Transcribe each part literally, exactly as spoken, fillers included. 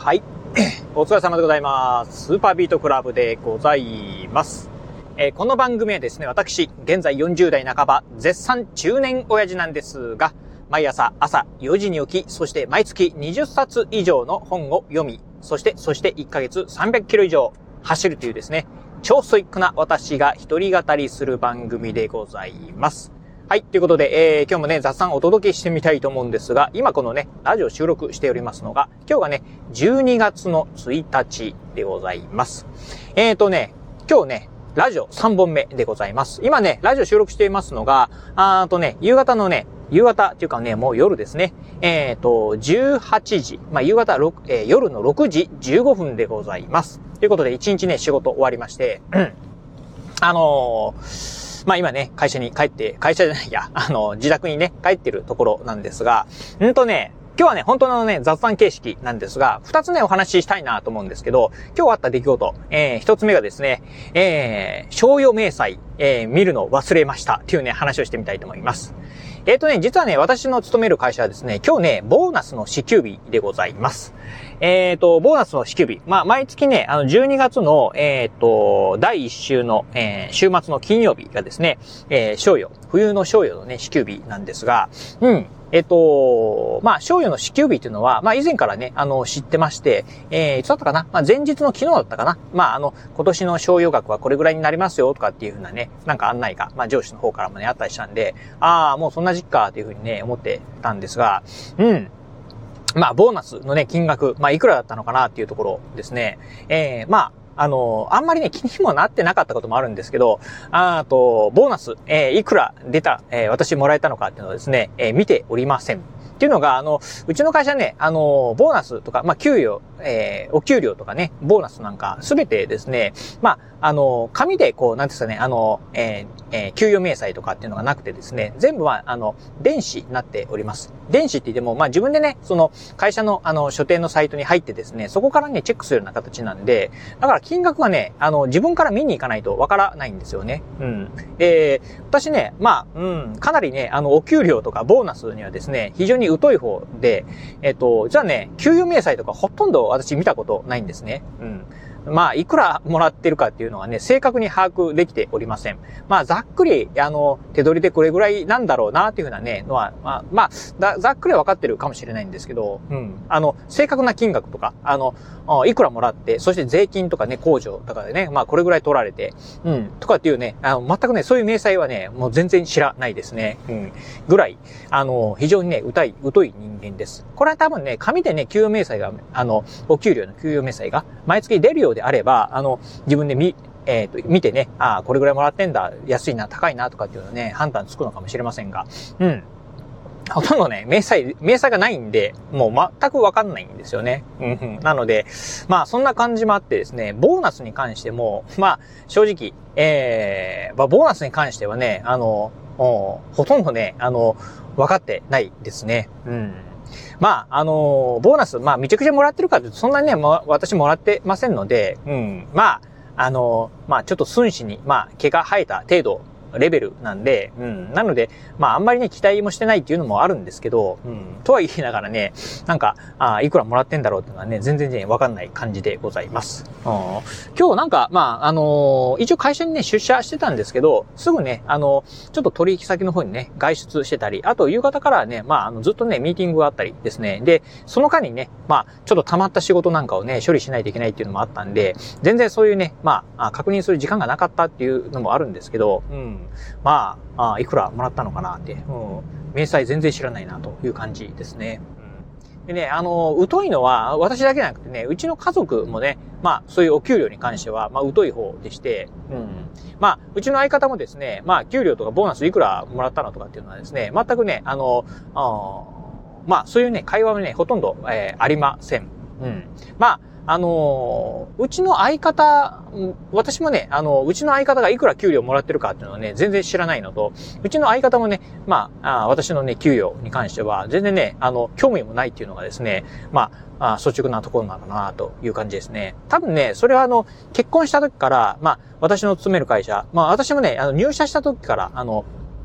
はい。お疲れ様でございます。スーパービートクラブでございます。えー、この番組はですね、私、現在よんじゅう代半ば、絶賛中年親父なんですが、毎朝朝よじに起き、そして毎月にじゅっさつ以上の本を読み、そして、そしていっかげつさんびゃくキロ以上走るというですね、超ストイックな私が一人語りする番組でございます。はい。ということで、えー、今日もね、雑談をお届けしてみたいと思うんですが、今このね、ラジオ収録しておりますのが、今日がね、じゅうにがつのついたちでございます。えーとね、今日ね、ラジオさんぼんめでございます。今ね、ラジオ収録していますのが、あーとね、夕方のね、夕方っていうかね、もう夜ですね。えーと、じゅうはちじ、まあ、夕方ろく、えー、夜のろくじじゅうごふんでございます。ということで、一日ね、仕事終わりまして、うん、あのー、まあ今ね、会社に帰って、会社じゃないや、あの、自宅にね、帰ってるところなんですが、んとね、今日はね、本当のね、雑談形式なんですが、二つね、お話ししたいなと思うんですけど、今日あった出来事、えー、一つ目がですね、えー、賞与明細、えー、見るの忘れましたっていうね、話をしてみたいと思います。えーとね、実はね、私の勤める会社はですね、今日ね、ボーナスの支給日でございます。えーと、ボーナスの支給日。まあ、毎月ね、あの、じゅうにがつの、えーと、だいいっ週の、えー、週末の金曜日がですね、えー、賞与、冬の賞与のね、支給日なんですが、うん。えっと、まあ、賞与の支給日っていうのは、まあ、以前からね、あの、知ってまして、えー、いつだったかなまあ、前日の昨日だったかなまあ、あの、今年の賞与額はこれぐらいになりますよ、とかっていうふうなね、なんか案内が、まあ、上司の方からもね、あったりしたんで、ああ、もうそんな時期か、っていうふうにね、思ってたんですが、うん。まあ、ボーナスのね、金額、まあ、いくらだったのかなっていうところですね。えー、まあ、あの、あんまりね、気にもなってなかったこともあるんですけど、あと、ボーナス、えー、いくら出た、えー、私もらえたのかっていうのをですね、えー、見ておりません。っていうのが、あの、うちの会社ね、あの、ボーナスとか、まあ、給与、えー、お給料とかね、ボーナスなんか、すべてですね、まあ、あの、紙でこう、なんですかね、あの、えー、えー、給与明細とかっていうのがなくてですね、全部は、あの、電子になっております。電子って言っても、まあ、自分でね、その、会社の、あの、書店のサイトに入ってですね、そこからね、チェックするような形なんで、だから金額はね、あの、自分から見に行かないとわからないんですよね。うん。で、私ね、まあ、うん、かなりね、あの、お給料とかボーナスにはですね、非常に疎い方で、えっと、じゃあね、給与明細とかほとんど私見たことないんですね。うん。まあ、いくらもらってるかっていうのはね、正確に把握できておりません。まあ、ざっくり、あの、手取りでこれぐらいなんだろうなっていうふうなね、のは、まあ、まあ、だざっくり分かってるかもしれないんですけど、うん。あの、正確な金額とか、あの、いくらもらって、そして税金とかね、控除とかでね、まあ、これぐらい取られて、うん、とかっていうね、あの、全くね、そういう明細はね、もう全然知らないですね。うん。ぐらい、あの、非常にね、疎い、疎い人間です。これは多分ね、紙でね、給与明細が、あの、お給料の給与明細が、毎月出るようであれば、あの、自分で見、えっと、見てね、ああ、これぐらいもらってんだ、安いな、高いな、とかっていうのね、判断つくのかもしれませんが、うん。ほとんどね、明細、明細がないんで、もう全くわかんないんですよね。うん、なので、まあそんな感じもあってですね、ボーナスに関しても、まあ正直、えー、まあボーナスに関してはね、あの、ほとんどね、あの、分かってないですね。うん。まあ、あのー、ボーナス、まあ、めちゃくちゃもらってるかというと、そんなにね、ま、私もらってませんので、うん。まあ、あのー、まあ、ちょっと寸志に、まあ、毛が生えた程度、レベルなんで、うん。なので、まあ、あんまりね、期待もしてないっていうのもあるんですけど、うん。とは言いながらね、なんか、あいくらもらってんだろうっていうのはね、全然ね、わかんない感じでございます。うん、今日なんか、まあ、あのー、一応会社にね、出社してたんですけど、すぐね、あのー、ちょっと取引先の方にね、外出してたり、あと夕方からはね、まあ、あの、ずっとね、ミーティングがあったりですね。で、その間にね、まあ、ちょっと溜まった仕事なんかをね、処理しないといけないっていうのもあったんで、全然そういうね、まあ、確認する時間がなかったっていうのもあるんですけど、うん。まあ、あいくらもらったのかなって、うん、明細全然知らないなという感じですね。うん、でね、あの、疎いのは私だけじゃなくてね、うちの家族もね、まあ、そういうお給料に関しては、まあ、疎い方でして、うん。まあ、うちの相方もですね、まあ、給料とかボーナスいくらもらったのとかっていうのはですね、全くね、あの、あまあ、そういうね、会話はね、ほとんど、えー、ありません。うん。まあ、あのー、うちの相方、私もね、あの、うちの相方がいくら給料もらってるかっていうのはね、全然知らないのと、うちの相方もね、まあ、あ私のね、給与に関しては、全然ね、あの、興味もないっていうのがですね、まあ、あ率直なところなのかな、という感じですね。多分ね、それはあの、結婚した時から、まあ、私の勤める会社、まあ、私もね、あの、入社した時から、あの、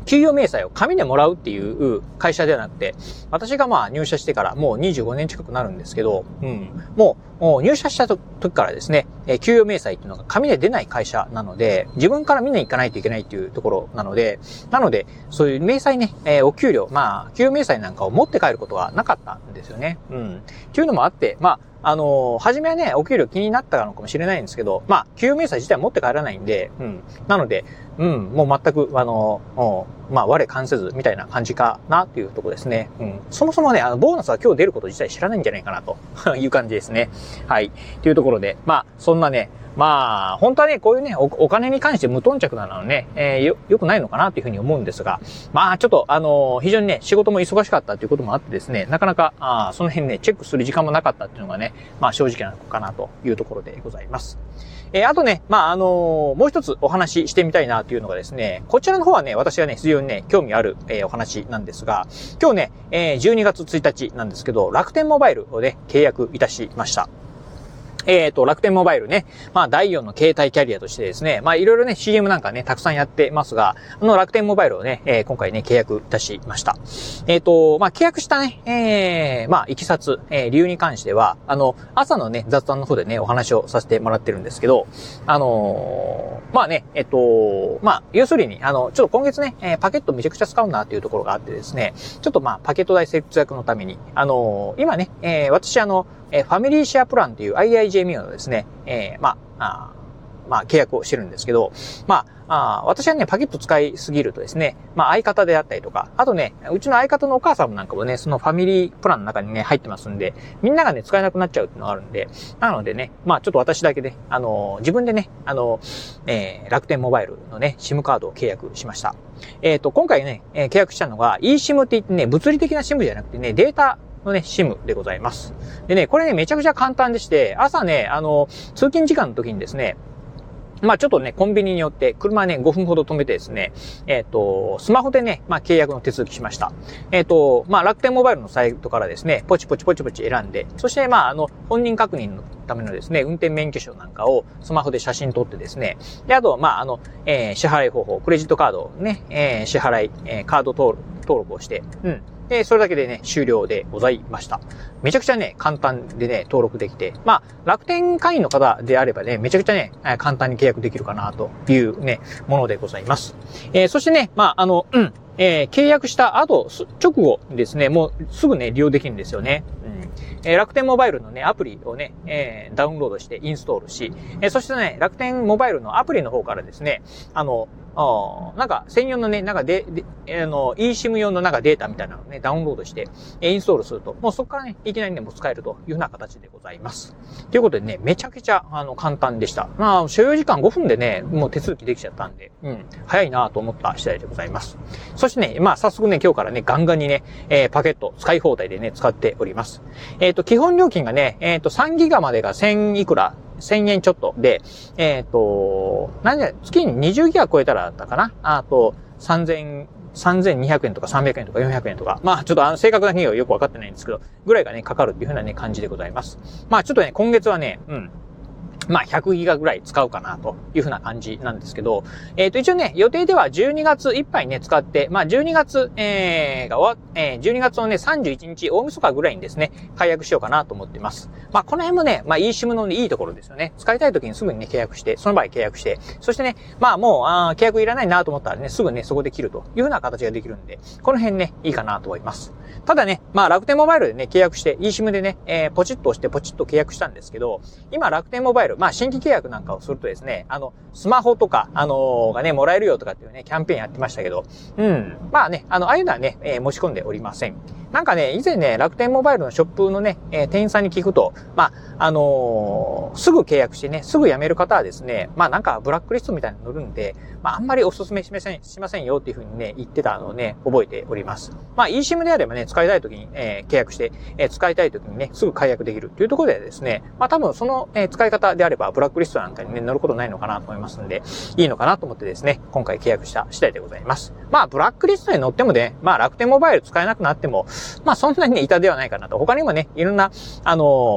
給与明細を紙でもらうっていう会社ではなくて、私がまあ入社してからもうにじゅうごねん近くなるんですけど、うん、もう入社した時からですね、給与明細っていうのが紙で出ない会社なので、自分から見に行かないといけないっていうところなので、なので、そういう明細ね、えー、お給料、まあ、給与明細なんかを持って帰ることはなかったんですよね。うん。っていうのもあって、まあ、あのー、初めはね、お給料気になったのかもしれないんですけど、まあ、給与明細自体持って帰らないんで、うん。なので、うん、もう全く、あのー、まあ、我関せず、みたいな感じかな、っていうところですね。うん。そもそもね、あの、ボーナスは今日出ること自体知らないんじゃないかな、という感じですね。はい。っていうところで、まあ、そんなね、まあ、本当はね、こういうね、お、お金に関して無頓着なのね、えー、よ、良くないのかなというふうに思うんですが、まあ、ちょっと、あのー、非常にね、仕事も忙しかったということもあってですね、なかなか、あその辺ね、チェックする時間もなかったっていうのがね、まあ、正直なのかなというところでございます。えー、あとね、まあ、あのー、もう一つお話ししてみたいなというのがですね、こちらの方はね、私がね、非常にね、興味ある、えー、お話なんですが、今日ね、えー、じゅうにがつついたちなんですけど、楽天モバイルをね、契約いたしました。えっと、楽天モバイルね、まあ、だいよんの携帯キャリアとしてですね、まあ、いろいろね、シーエム なんかね、たくさんやってますが、あの、楽天モバイルをね、えー、今回ね、契約いたしました。えっと、まあ、契約したね、えー、まあ、いきさつ、えー、理由に関しては、あの、朝のね、雑談の方でね、お話をさせてもらってるんですけど、あのー、まあね、えっと、まあ、要するに、あの、ちょっと今月ね、えー、パケットめちゃくちゃ使うなっていうところがあってですね、ちょっとまあ、パケット代節約のために、あのー、今ね、えー、私あの、えー、ファミリーシェアプランという アイアイジェーエムユー のですね、えー、まあ、あまあ、契約をしてるんですけど、まあ、あ私はね、パケット使いすぎるとですね、まあ、相方であったりとか、あとね、うちの相方のお母さんなんかもね、そのファミリープランの中にね、入ってますんで、みんながね、使えなくなっちゃうっていうのがあるんで、なのでね、まあ、ちょっと私だけで、あのー、自分でね、あのー、えー、楽天モバイルのね、SIM カードを契約しました。えっと、今回ね、えー、契約したのが eSIM って言ってね、物理的な SIM じゃなくてね、データ、のね、SIM でございます。でね、これね、めちゃくちゃ簡単でして、朝ね、あの、通勤時間の時にですね、まあちょっとね、コンビニによって車ね、ごふんほど止めてですね、えっと、スマホでね、まあ契約の手続きしました。えっと、まあ楽天モバイルのサイトからですね、ポチポチポチポチ選んで、そしてまああの、本人確認のためのですね、運転免許証なんかをスマホで写真撮ってですね、で、あと、まああの、えー、支払い方法、クレジットカードをね、えー、支払い、えー、カード登録、登録をして、うん。で、それだけでね、終了でございました。めちゃくちゃね、簡単でね、登録できて、まあ、楽天会員の方であればね、めちゃくちゃね、簡単に契約できるかな、というね、ものでございます。えー、そしてね、まあ、あの、うん、えー、契約した後、直後ですね、もうすぐね、利用できるんですよね。うんえー、楽天モバイルのね、アプリをね、えー、ダウンロードしてインストールし、えー、そしてね、楽天モバイルのアプリの方からですね、あの、あなんか、専用のね、なんかで、で、あの、eSIM 用のなんかデータみたいなのをね、ダウンロードして、えー、インストールすると、もうそこからね、いきなりね、もう使えるというような形でございます。ということでね、めちゃくちゃ、あの、簡単でした。まあ、所要時間ごふんでね、もう手続きできちゃったんで、うん、早いなと思った次第でございます。そしてね、まあ、早速ね、今日からね、ガンガンにね、えー、パケット使い放題でね、使っております。えっと、基本料金がね、えっと、さんギガまでがせんいくら、せんえんちょっとで、えっと、何で、月ににじゅうギガ超えたらだったかなあと、さんぜん、さんぜんにひゃくえんとかさんびゃくえんとかよんひゃくえんとか、まあちょっとあの正確な金額はよくわかってないんですけど、ぐらいがね、かかるっていう風なね、感じでございます。まあちょっとね、今月はね、うん。まあひゃくギガぐらい使うかなというふうな感じなんですけど、えっと一応ね、予定ではじゅうにがついっぱいね、使って、まあじゅうにがつ、えー、が終わ、えー、じゅうにがつのね、さんじゅういちにち大晦日ぐらいにですね、解約しようかなと思ってます。まあこの辺もね、まあ eSIM の、ね、いいところですよね。使いたい時にすぐにね、契約して、その場合契約して、そしてね、まあもう、あ契約いらないなと思ったらね、すぐね、そこで切るというふうな形ができるんで、この辺ね、いいかなと思います。ただね、まあ楽天モバイルでね、契約して、eSIM でね、えー、ポチッと押してポチッと契約したんですけど、今楽天モバイル、まあ新規契約なんかをするとですね、あの、スマホとか、あのー、がね、もらえるよとかっていうね、キャンペーンやってましたけど、うん。まあね、あの、ああいうのはね、えー、持ち込んでおりません。なんかね、以前ね、楽天モバイルのショップのね、えー、店員さんに聞くと、まあ、あのー、すぐ契約してね、すぐ辞める方はですね、まあなんかブラックリストみたいなの乗るんで、まああんまりお勧めしません、しませんよっていうふうにね、言ってたのをね、覚えております。まあ eSIM であればね、使いたい時に、えー、契約して、えー、使いたい時にね、すぐ解約できるというところでですね、まあ多分その、えー、使い方であれば、ブラックリストなんかにね、乗ることないのかなと思いますんで、いいのかなと思ってですね、今回契約した次第でございます。まあブラックリストに乗ってもね、まあ楽天モバイル使えなくなっても、まあそんなにね、痛ではないかなと。他にもね、いろんな、あの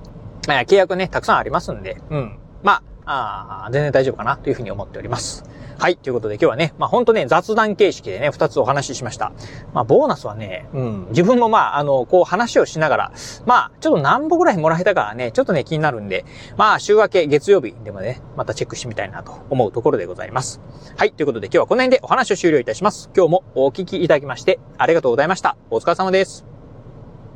ー、契約ね、たくさんありますんで、うん。まあ、あ全然大丈夫かなというふうに思っております。 はい。ということで今日はね、まあほんとね、雑談形式でね、二つお話ししました。まあボーナスはね、うん、自分もまあ、あの、こう話をしながら、まあ、ちょっと何歩ぐらいもらえたかね、ちょっとね、気になるんで、まあ、週明け月曜日でもね、またチェックしてみたいなと思うところでございます。はい。ということで今日はこの辺でお話を終了いたします。今日もお聞きいただきまして、ありがとうございました。お疲れ様です。